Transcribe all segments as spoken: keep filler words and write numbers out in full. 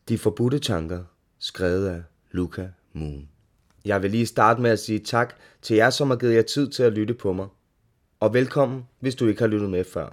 De forbudte tanker, skrevet af Luca Moon. Jeg vil lige starte med at sige tak til jer, som har givet jer tid til at lytte på mig. Og velkommen, hvis du ikke har lyttet med før.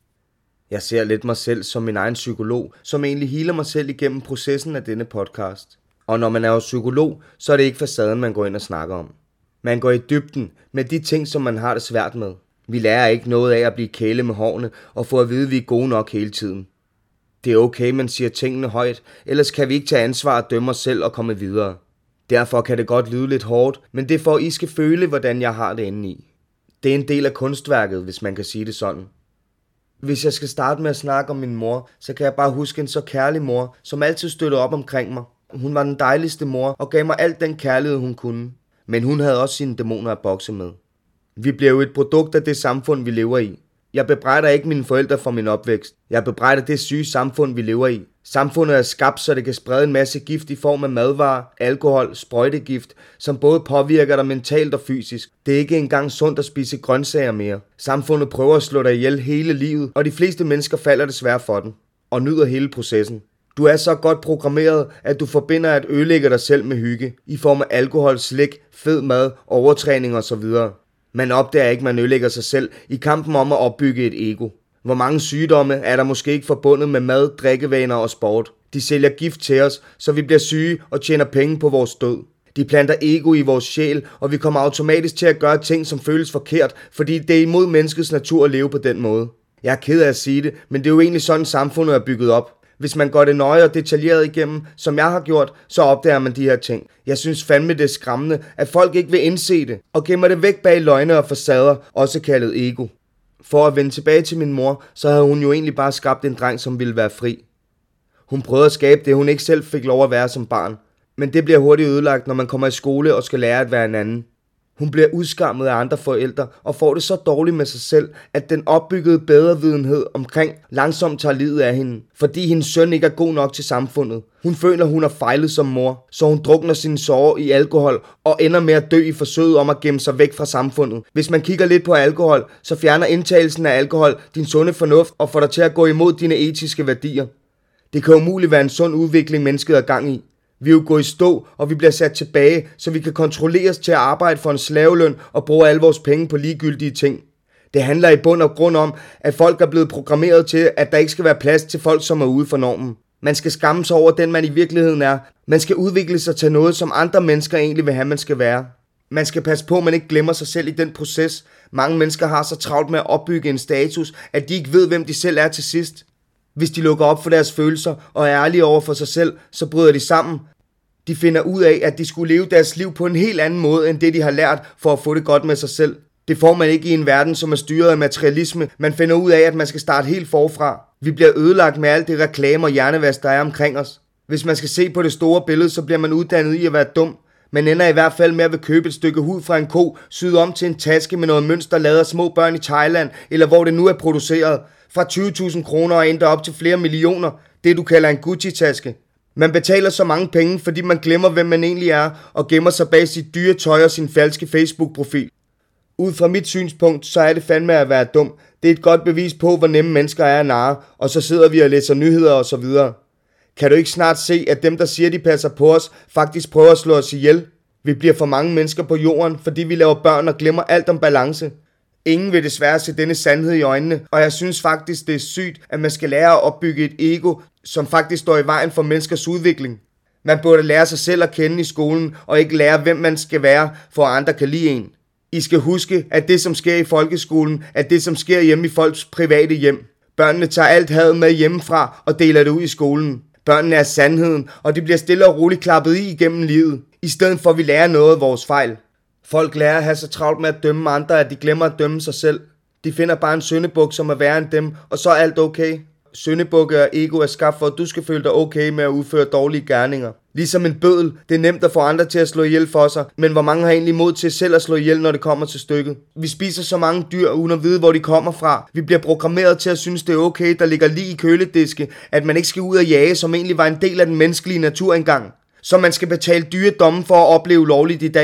Jeg ser lidt mig selv som min egen psykolog, som egentlig healer mig selv igennem processen af denne podcast. Og når man er jo psykolog, så er det ikke facaden, man går ind og snakker om. Man går i dybden med de ting, som man har det svært med. Vi lærer ikke noget af at blive kæle med hårene og få at vide, at vi er gode nok hele tiden. Det er okay, man siger tingene højt, ellers kan vi ikke tage ansvar og dømme os selv og komme videre. Derfor kan det godt lyde lidt hårdt, men det er for, at I skal føle, hvordan jeg har det inde i. Det er en del af kunstværket, hvis man kan sige det sådan. Hvis jeg skal starte med at snakke om min mor, så kan jeg bare huske en så kærlig mor, som altid støttede op omkring mig. Hun var den dejligste mor og gav mig alt den kærlighed, hun kunne. Men hun havde også sine dæmoner at bokse med. Vi bliver jo et produkt af det samfund, vi lever i. Jeg bebrejder ikke mine forældre for min opvækst. Jeg bebrejder det syge samfund, vi lever i. Samfundet er skabt, så det kan sprede en masse gift i form af madvarer, alkohol, sprøjtegift, som både påvirker dig mentalt og fysisk. Det er ikke engang sundt at spise grøntsager mere. Samfundet prøver at slå dig ihjel hele livet, og de fleste mennesker falder desværre for den. Og nyder hele processen. Du er så godt programmeret, at du forbinder at ødelægge dig selv med hygge, i form af alkohol, slik, fed mad, overtræning osv. Man opdager ikke, at man ødelægger sig selv i kampen om at opbygge et ego. Hvor mange sygdomme er der måske ikke forbundet med mad, drikkevaner og sport? De sælger gift til os, så vi bliver syge og tjener penge på vores død. De planter ego i vores sjæl, og vi kommer automatisk til at gøre ting, som føles forkert, fordi det er imod menneskets natur at leve på den måde. Jeg er ked af at sige det, men det er jo egentlig sådan, samfundet er bygget op. Hvis man går det nøje og detaljeret igennem, som jeg har gjort, så opdager man de her ting. Jeg synes fandme det er skræmmende, at folk ikke vil indse det, og gemmer det væk bag løgne og facader, også kaldet ego. For at vende tilbage til min mor, så havde hun jo egentlig bare skabt en dreng, som ville være fri. Hun prøvede at skabe det, hun ikke selv fik lov at være som barn. Men det bliver hurtigt ødelagt, når man kommer i skole og skal lære at være en anden. Hun bliver udskammet af andre forældre og får det så dårligt med sig selv, at den opbyggede bedrevidenhed omkring langsomt tager livet af hende, fordi hendes søn ikke er god nok til samfundet. Hun føler, hun har fejlet som mor, så hun drukner sine sorger i alkohol og ender med at dø i forsøget om at gemme sig væk fra samfundet. Hvis man kigger lidt på alkohol, så fjerner indtagelsen af alkohol din sunde fornuft og får dig til at gå imod dine etiske værdier. Det kan umuligt være en sund udvikling, mennesket er gang i. Vi er jo gået i stå, og vi bliver sat tilbage, så vi kan kontrolleres til at arbejde for en slaveløn og bruge alle vores penge på ligegyldige ting. Det handler i bund og grund om, at folk er blevet programmeret til, at der ikke skal være plads til folk, som er ude for normen. Man skal skamme sig over den, man i virkeligheden er. Man skal udvikle sig til noget, som andre mennesker egentlig vil have, man skal være. Man skal passe på, at man ikke glemmer sig selv i den proces. Mange mennesker har så travlt med at opbygge en status, at de ikke ved, hvem de selv er til sidst. Hvis de lukker op for deres følelser og er ærlige over for sig selv, så bryder de sammen. De finder ud af, at de skulle leve deres liv på en helt anden måde, end det de har lært for at få det godt med sig selv. Det får man ikke i en verden, som er styret af materialisme. Man finder ud af, at man skal starte helt forfra. Vi bliver ødelagt med alt det reklame og hjernevask, der er omkring os. Hvis man skal se på det store billede, så bliver man uddannet i at være dum. Man ender i hvert fald med at vil købe et stykke hud fra en ko, syet om til en taske med noget mønster lavet af små børn i Thailand, eller hvor det nu er produceret. Fra tyve tusind kroner og endda op til flere millioner. Det du kalder en Gucci-taske. Man betaler så mange penge, fordi man glemmer, hvem man egentlig er, og gemmer sig bag sit dyre tøj og sin falske Facebook-profil. Ud fra mit synspunkt, så er det fandme at være dum. Det er et godt bevis på, hvor nemme mennesker er at narre, og så sidder vi og læser nyheder og så videre. Kan du ikke snart se, at dem, der siger, de passer på os, faktisk prøver at slå os ihjel? Vi bliver for mange mennesker på jorden, fordi vi laver børn og glemmer alt om balance. Ingen vil desværre se denne sandhed i øjnene, og jeg synes faktisk, det er sygt, at man skal lære at opbygge et ego, som faktisk står i vejen for menneskers udvikling. Man burde lære sig selv at kende i skolen, og ikke lære, hvem man skal være, for at andre kan lide en. I skal huske, at det, som sker i folkeskolen, er det, som sker hjemme i folks private hjem. Børnene tager alt had med hjemmefra og deler det ud i skolen. Børnene er sandheden, og de bliver stille og roligt klappet i igennem livet, i stedet for at vi lærer noget af vores fejl. Folk lærer at have så travlt med at dømme andre, at de glemmer at dømme sig selv. De finder bare en syndebuk, som er værre end dem, og så er alt okay. Syndebukke og ego er skabt for, at du skal føle dig okay med at udføre dårlige gerninger. Ligesom en bøddel, det er nemt at få andre til at slå ihjel for sig, men hvor mange har egentlig mod til selv at slå ihjel, når det kommer til stykket? Vi spiser så mange dyr, uden at vide, hvor de kommer fra. Vi bliver programmeret til at synes, det er okay, der ligger lige i kølediske, at man ikke skal ud og jage, som egentlig var en del af den menneskelige natur engang. Så man skal betale dyre domme for at opleve lovligt i dag.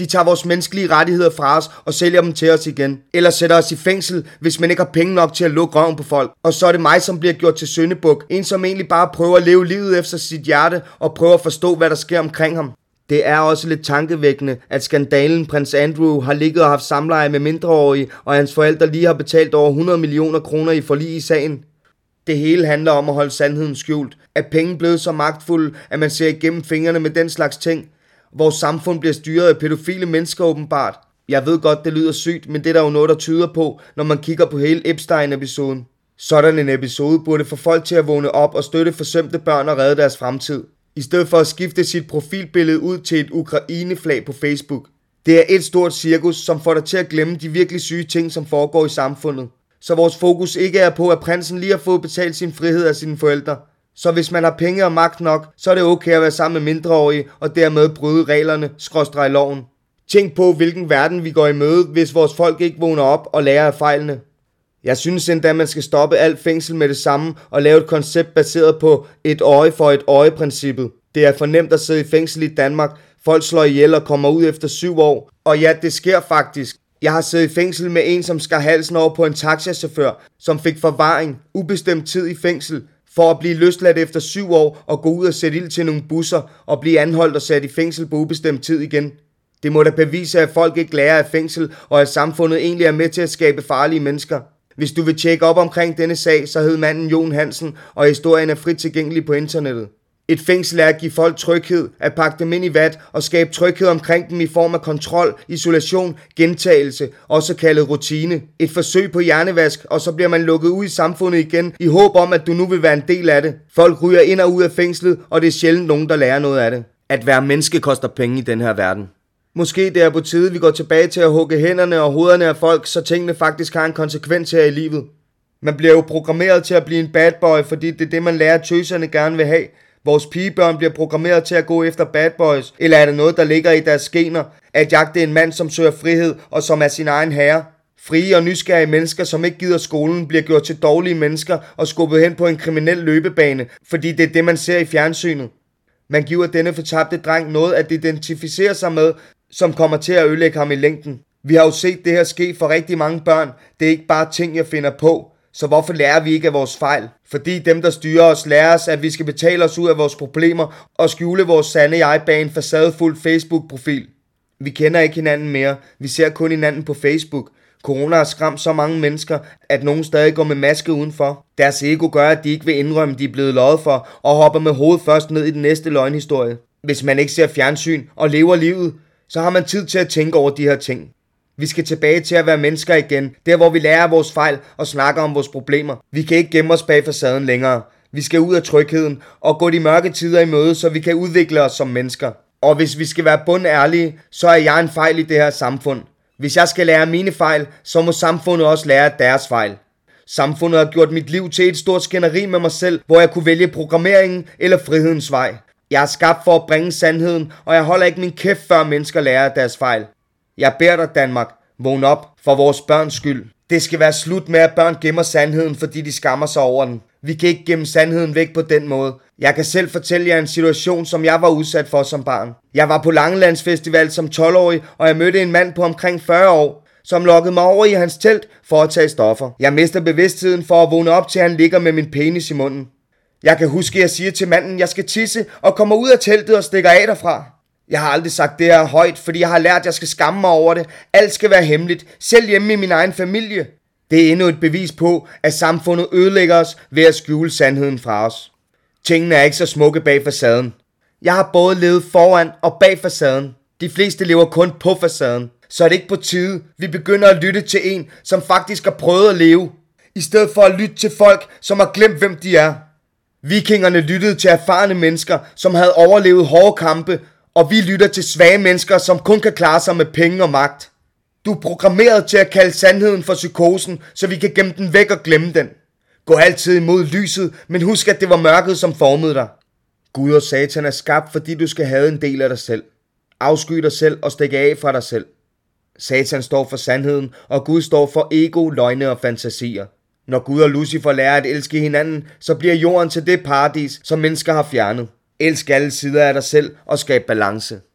De tager vores menneskelige rettigheder fra os og sælger dem til os igen. Eller sætter os i fængsel, hvis man ikke har penge nok til at lukke røven på folk. Og så er det mig, som bliver gjort til syndebuk. En, som egentlig bare prøver at leve livet efter sit hjerte og prøver at forstå, hvad der sker omkring ham. Det er også lidt tankevækkende, at skandalen prins Andrew har ligget og haft samleje med mindreårige, og hans forældre lige har betalt over hundrede millioner kroner i forlig i sagen. Det hele handler om at holde sandheden skjult. Er penge blevet så magtfulde, at man ser igennem fingrene med den slags ting? Vores samfund bliver styret af pædofile mennesker åbenbart. Jeg ved godt, det lyder sygt, men det er der jo noget, der tyder på, når man kigger på hele Epstein-episoden. Sådan en episode burde få folk til at vågne op og støtte forsømte børn og redde deres fremtid. I stedet for at skifte sit profilbillede ud til et Ukraine-flag på Facebook. Det er et stort cirkus, som får dig til at glemme de virkelig syge ting, som foregår i samfundet. Så vores fokus ikke er på, at prinsen lige har fået betalt sin frihed af sine forældre. Så hvis man har penge og magt nok, så er det okay at være sammen med mindreårige og dermed bryde reglerne, skråstreg loven. Tænk på, hvilken verden vi går i møde, hvis vores folk ikke vågner op og lærer af fejlene. Jeg synes endda, at man skal stoppe alt fængsel med det samme og lave et koncept baseret på et øje for et øje-princippet. Det er for nemt at sidde i fængsel i Danmark. Folk slår ihjel og kommer ud efter syv år. Og ja, det sker faktisk. Jeg har siddet i fængsel med en, som skar halsen over på en taxachauffør, som fik forvaring, ubestemt tid i fængsel, for at blive løsladt efter syv år og gå ud og sætte ild til nogle busser og blive anholdt og sat i fængsel på ubestemt tid igen. Det må da bevise, at folk ikke lærer af fængsel, og at samfundet egentlig er med til at skabe farlige mennesker. Hvis du vil tjekke op omkring denne sag, så hed manden Jon Hansen, og historien er frit tilgængelig på internettet. Et fængsel er at give folk tryghed, at pakke dem ind i vat og skabe tryghed omkring dem i form af kontrol, isolation, gentagelse, også kaldet rutine. Et forsøg på hjernevask, og så bliver man lukket ud i samfundet igen i håb om, at du nu vil være en del af det. Folk ryger ind og ud af fængslet, og det er sjældent nogen, der lærer noget af det. At være menneske koster penge i den her verden. Måske det er på tide, vi går tilbage til at hugge hænderne og hovederne af folk, så tingene faktisk har en konsekvens her i livet. Man bliver jo programmeret til at blive en bad boy, fordi det er det, man lærer, at tøserne gerne vil have. Vores pigebørn bliver programmeret til at gå efter bad boys, eller er det noget, der ligger i deres gener? At jagte en mand, som søger frihed og som er sin egen herre. Frie og nysgerrige mennesker, som ikke gider skolen, bliver gjort til dårlige mennesker og skubbet hen på en kriminel løbebane, fordi det er det, man ser i fjernsynet. Man giver denne fortabte dreng noget at identificere sig med, som kommer til at ødelægge ham i længden. Vi har jo set det her ske for rigtig mange børn. Det er ikke bare ting, jeg finder på. Så hvorfor lærer vi ikke af vores fejl? Fordi dem, der styrer os, lærer os, at vi skal betale os ud af vores problemer og skjule vores sande jeg bag en facadefuld Facebook-profil. Vi kender ikke hinanden mere. Vi ser kun hinanden på Facebook. Corona har skræmt så mange mennesker, at nogen stadig går med maske udenfor. Deres ego gør, at de ikke vil indrømme, at de er blevet løjet for, og hopper med hovedet først ned i den næste løgnhistorie. Hvis man ikke ser fjernsyn og lever livet, så har man tid til at tænke over de her ting. Vi skal tilbage til at være mennesker igen, der hvor vi lærer af vores fejl og snakker om vores problemer. Vi kan ikke gemme os bag facaden længere. Vi skal ud af trygheden og gå de mørke tider i møde, så vi kan udvikle os som mennesker. Og hvis vi skal være bundærlige, så er jeg en fejl i det her samfund. Hvis jeg skal lære mine fejl, så må samfundet også lære deres fejl. Samfundet har gjort mit liv til et stort skænderi med mig selv, hvor jeg kunne vælge programmeringen eller frihedens vej. Jeg er skabt for at bringe sandheden, og jeg holder ikke min kæft, før mennesker lærer af deres fejl. Jeg beder dig, Danmark, vågn op for vores børns skyld. Det skal være slut med, at børn gemmer sandheden, fordi de skammer sig over den. Vi kan ikke gemme sandheden væk på den måde. Jeg kan selv fortælle jer en situation, som jeg var udsat for som barn. Jeg var på Langelandsfestival som tolv-årig, og jeg mødte en mand på omkring fyrre år, som lokkede mig over i hans telt for at tage stoffer. Jeg mister bevidstheden for at vågne op til, at han ligger med min penis i munden. Jeg kan huske, at jeg siger til manden, at jeg skal tisse, og kommer ud af teltet og stikker af derfra. Jeg har aldrig sagt det her højt, fordi jeg har lært, at jeg skal skamme mig over det. Alt skal være hemmeligt, selv hjemme i min egen familie. Det er endnu et bevis på, at samfundet ødelægger os ved at skjule sandheden fra os. Tingene er ikke så smukke bag facaden. Jeg har både levet foran og bag facaden. De fleste lever kun på facaden. Så er det ikke på tide, vi begynder at lytte til en, som faktisk har prøvet at leve, i stedet for at lytte til folk, som har glemt, hvem de er. Vikingerne lyttede til erfarne mennesker, som havde overlevet hårde kampe, og vi lytter til svage mennesker, som kun kan klare sig med penge og magt. Du er programmeret til at kalde sandheden for psykosen, så vi kan gemme den væk og glemme den. Gå altid imod lyset, men husk, at det var mørket, som formede dig. Gud og Satan er skabt, fordi du skal have en del af dig selv. Afsky dig selv og stikke af fra dig selv. Satan står for sandheden, og Gud står for ego, løgne og fantasier. Når Gud og Lucifer lærer at elske hinanden, så bliver jorden til det paradis, som mennesker har fjernet. Elsk alle sider af dig selv og skab balance.